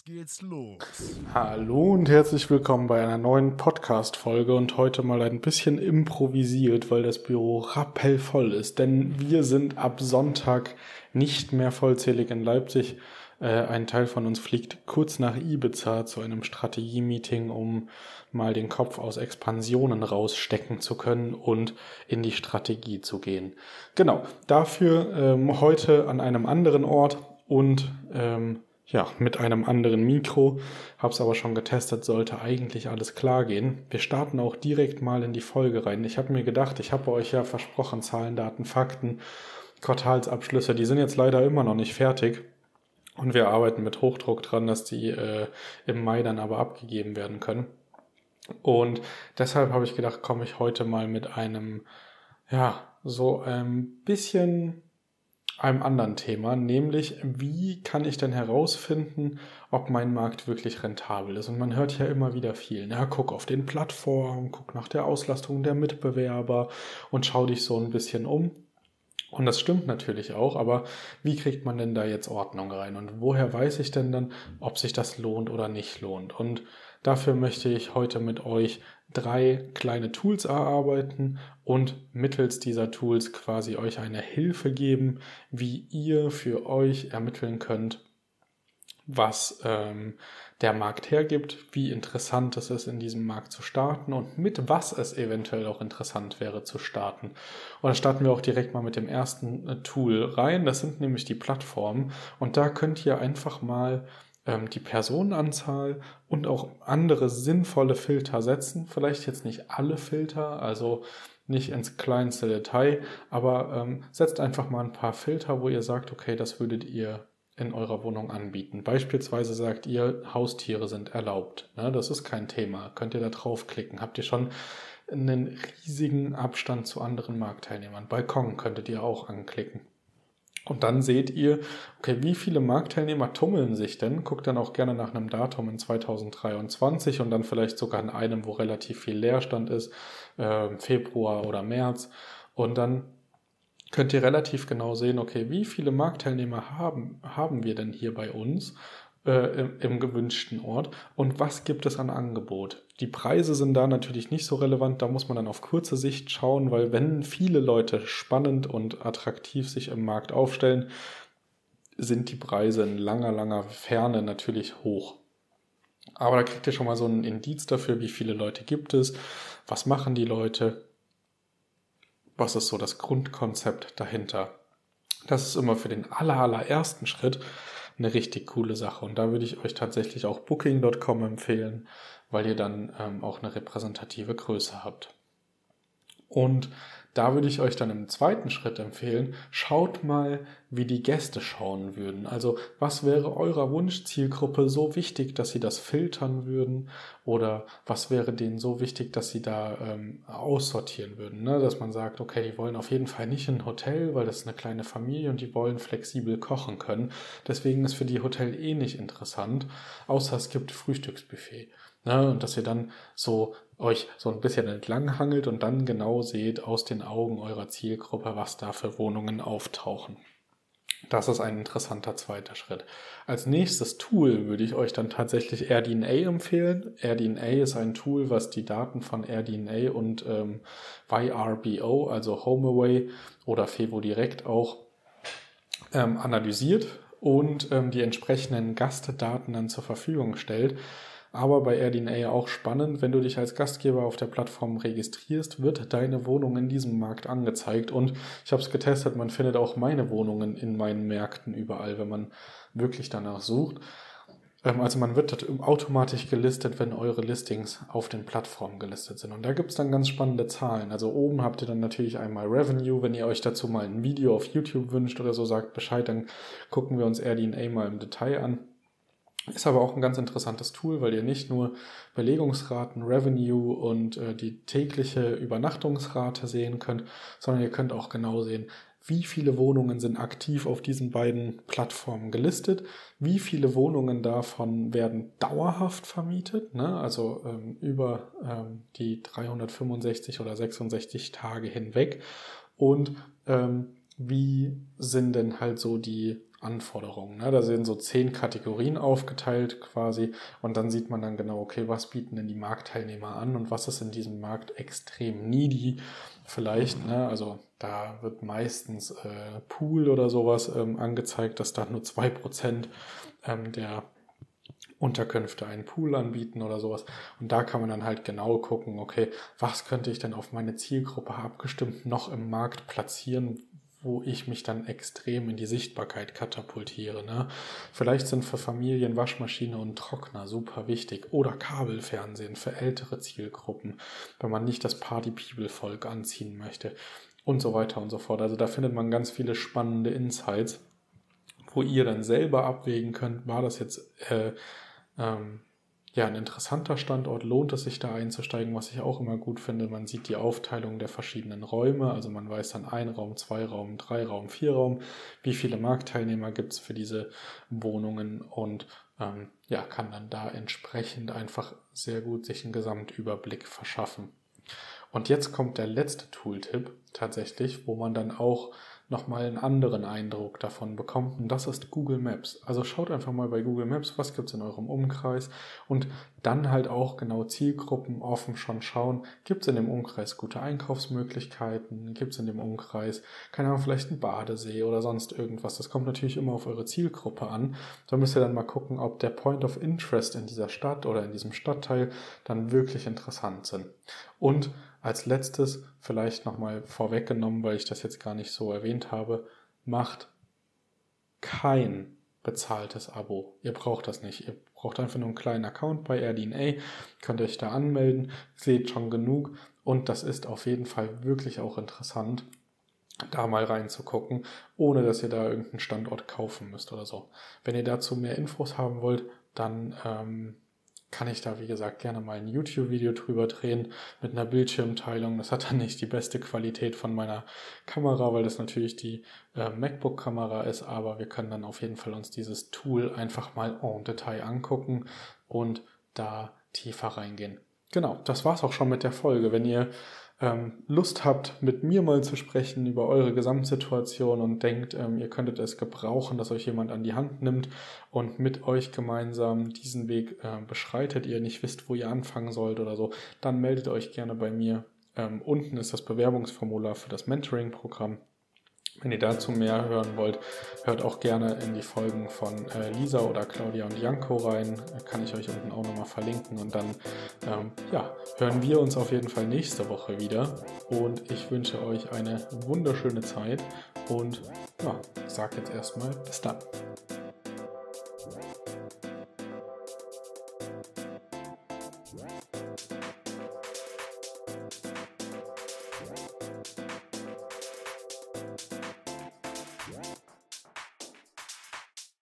geht's los. Hallo und herzlich willkommen bei einer neuen Podcast-Folge und heute mal ein bisschen improvisiert, weil das Büro rappelvoll ist, denn wir sind ab Sonntag nicht mehr vollzählig in Leipzig. Ein Teil von uns fliegt kurz nach Ibiza zu einem Strategie-Meeting, um mal den Kopf aus Expansionen rausstecken zu können und in die Strategie zu gehen. Genau, dafür heute an einem anderen Ort und mit einem anderen Mikro. Hab's aber schon getestet, sollte eigentlich alles klar gehen. Wir starten auch direkt mal in die Folge rein. Ich habe mir gedacht, ich habe euch ja versprochen, Zahlen, Daten, Fakten, Quartalsabschlüsse, die sind jetzt leider immer noch nicht fertig. Und wir arbeiten mit Hochdruck dran, dass die im Mai dann aber abgegeben werden können. Und deshalb habe ich gedacht, komme ich heute mal mit einem, so ein bisschen einem anderen Thema, nämlich wie kann ich denn herausfinden, ob mein Markt wirklich rentabel ist? Und man hört ja immer wieder viel, guck auf den Plattformen, guck nach der Auslastung der Mitbewerber und schau dich so ein bisschen um. Und das stimmt natürlich auch, aber wie kriegt man denn da jetzt Ordnung rein? Und woher weiß ich denn dann, ob sich das lohnt oder nicht lohnt? Und dafür möchte ich heute mit euch 3 kleine Tools erarbeiten und mittels dieser Tools quasi euch eine Hilfe geben, wie ihr für euch ermitteln könnt, was der Markt hergibt, wie interessant es ist, in diesem Markt zu starten und mit was es eventuell auch interessant wäre zu starten. Und da starten wir auch direkt mal mit dem ersten Tool rein. Das sind nämlich die Plattformen und da könnt ihr einfach mal die Personenanzahl und auch andere sinnvolle Filter setzen. Vielleicht jetzt nicht alle Filter, also nicht ins kleinste Detail, aber setzt einfach mal ein paar Filter, wo ihr sagt, okay, das würdet ihr in eurer Wohnung anbieten. Beispielsweise sagt ihr, Haustiere sind erlaubt. Das ist kein Thema. Könnt ihr da draufklicken. Habt ihr schon einen riesigen Abstand zu anderen Marktteilnehmern. Balkon könntet ihr auch anklicken. Und dann seht ihr, okay, wie viele Marktteilnehmer tummeln sich denn? Guckt dann auch gerne nach einem Datum in 2023 und dann vielleicht sogar in einem, wo relativ viel Leerstand ist, Februar oder März. Und dann könnt ihr relativ genau sehen, okay, wie viele Marktteilnehmer haben wir denn hier bei uns im gewünschten Ort und was gibt es an Angebot? Die Preise sind da natürlich nicht so relevant, da muss man dann auf kurze Sicht schauen, weil wenn viele Leute spannend und attraktiv sich im Markt aufstellen, sind die Preise in langer Ferne natürlich hoch. Aber da kriegt ihr schon mal so ein Indiz dafür, wie viele Leute gibt es, was machen die Leute, was ist so das Grundkonzept dahinter. Das ist immer für den allerersten Schritt eine richtig coole Sache. Und da würde ich euch tatsächlich auch Booking.com empfehlen, weil ihr dann auch eine repräsentative Größe habt. Und da würde ich euch dann im zweiten Schritt empfehlen, schaut mal, wie die Gäste schauen würden. Also was wäre eurer Wunschzielgruppe so wichtig, dass sie das filtern würden? Oder was wäre denen so wichtig, dass sie da aussortieren würden? Dass man sagt, okay, die wollen auf jeden Fall nicht in ein Hotel, weil das ist eine kleine Familie und die wollen flexibel kochen können. Deswegen ist für die Hotel nicht interessant, außer es gibt Frühstücksbuffet. Und dass ihr dann euch so ein bisschen entlang hangelt und dann genau seht aus den Augen eurer Zielgruppe, was da für Wohnungen auftauchen. Das ist ein interessanter zweiter Schritt. Als nächstes Tool würde ich euch dann tatsächlich AirDNA empfehlen. AirDNA ist ein Tool, was die Daten von AirDNA und YRBO, also HomeAway oder Fevo Direkt auch analysiert und die entsprechenden Gastdaten dann zur Verfügung stellt. Aber bei AirDNA auch spannend, wenn du dich als Gastgeber auf der Plattform registrierst, wird deine Wohnung in diesem Markt angezeigt. Und ich habe es getestet, man findet auch meine Wohnungen in meinen Märkten überall, wenn man wirklich danach sucht. Also man wird automatisch gelistet, wenn eure Listings auf den Plattformen gelistet sind. Und da gibt es dann ganz spannende Zahlen. Also oben habt ihr dann natürlich einmal Revenue. Wenn ihr euch dazu mal ein Video auf YouTube wünscht oder so, sagt Bescheid, dann gucken wir uns AirDNA mal im Detail an. Ist aber auch ein ganz interessantes Tool, weil ihr nicht nur Belegungsraten, Revenue und die tägliche Übernachtungsrate sehen könnt, sondern ihr könnt auch genau sehen, wie viele Wohnungen sind aktiv auf diesen beiden Plattformen gelistet, wie viele Wohnungen davon werden dauerhaft vermietet, also über die 365 oder 66 Tage hinweg und wie sind denn halt so die Anforderungen. Ne? Da sind so 10 Kategorien aufgeteilt quasi und dann sieht man dann genau, okay, was bieten denn die Marktteilnehmer an und was ist in diesem Markt extrem needy vielleicht. Ne? Also da wird meistens Pool oder sowas angezeigt, dass da nur 2% der Unterkünfte einen Pool anbieten oder sowas. Und da kann man dann halt genau gucken, okay, was könnte ich denn auf meine Zielgruppe abgestimmt noch im Markt platzieren, wo ich mich dann extrem in die Sichtbarkeit katapultiere. Ne? Vielleicht sind für Familien Waschmaschine und Trockner super wichtig oder Kabelfernsehen für ältere Zielgruppen, wenn man nicht das Party-People-Volk anziehen möchte und so weiter und so fort. Also da findet man ganz viele spannende Insights, wo ihr dann selber abwägen könnt, war das jetzt ein interessanter Standort, lohnt es sich da einzusteigen, was ich auch immer gut finde. Man sieht die Aufteilung der verschiedenen Räume, also man weiß dann 1 Raum, 2 Raum, 3 Raum, 4 Raum, wie viele Marktteilnehmer gibt es für diese Wohnungen und kann dann da entsprechend einfach sehr gut sich einen Gesamtüberblick verschaffen. Und jetzt kommt der letzte Tooltip tatsächlich, wo man dann auch nochmal einen anderen Eindruck davon bekommt, und das ist Google Maps. Also schaut einfach mal bei Google Maps, was gibt es in eurem Umkreis und dann halt auch genau Zielgruppen offen schon schauen, gibt es in dem Umkreis gute Einkaufsmöglichkeiten, gibt es in dem Umkreis, keine Ahnung, vielleicht einen Badesee oder sonst irgendwas. Das kommt natürlich immer auf eure Zielgruppe an. Da müsst ihr dann mal gucken, ob der Point of Interest in dieser Stadt oder in diesem Stadtteil dann wirklich interessant sind. Und als letztes, vielleicht nochmal vorweggenommen, weil ich das jetzt gar nicht so erwähnt habe, macht kein bezahltes Abo. Ihr braucht das nicht. Ihr braucht einfach nur einen kleinen Account bei AirDNA, könnt euch da anmelden, seht schon genug und das ist auf jeden Fall wirklich auch interessant, da mal reinzugucken, ohne dass ihr da irgendeinen Standort kaufen müsst oder so. Wenn ihr dazu mehr Infos haben wollt, dann kann ich da, wie gesagt, gerne mal ein YouTube-Video drüber drehen mit einer Bildschirmteilung. Das hat dann nicht die beste Qualität von meiner Kamera, weil das natürlich die MacBook-Kamera ist, aber wir können dann auf jeden Fall uns dieses Tool einfach mal en Detail angucken und da tiefer reingehen. Genau, das war's auch schon mit der Folge. Wenn ihr Lust habt, mit mir mal zu sprechen über eure Gesamtsituation und denkt, ihr könntet es gebrauchen, dass euch jemand an die Hand nimmt und mit euch gemeinsam diesen Weg beschreitet, ihr nicht wisst, wo ihr anfangen sollt oder so, dann meldet euch gerne bei mir. Unten ist das Bewerbungsformular für das Mentoring-Programm. Wenn ihr dazu mehr hören wollt, hört auch gerne in die Folgen von Lisa oder Claudia und Janko rein. Kann ich euch unten auch nochmal verlinken. Und dann hören wir uns auf jeden Fall nächste Woche wieder. Und ich wünsche euch eine wunderschöne Zeit. Und ich sage jetzt erstmal bis dann.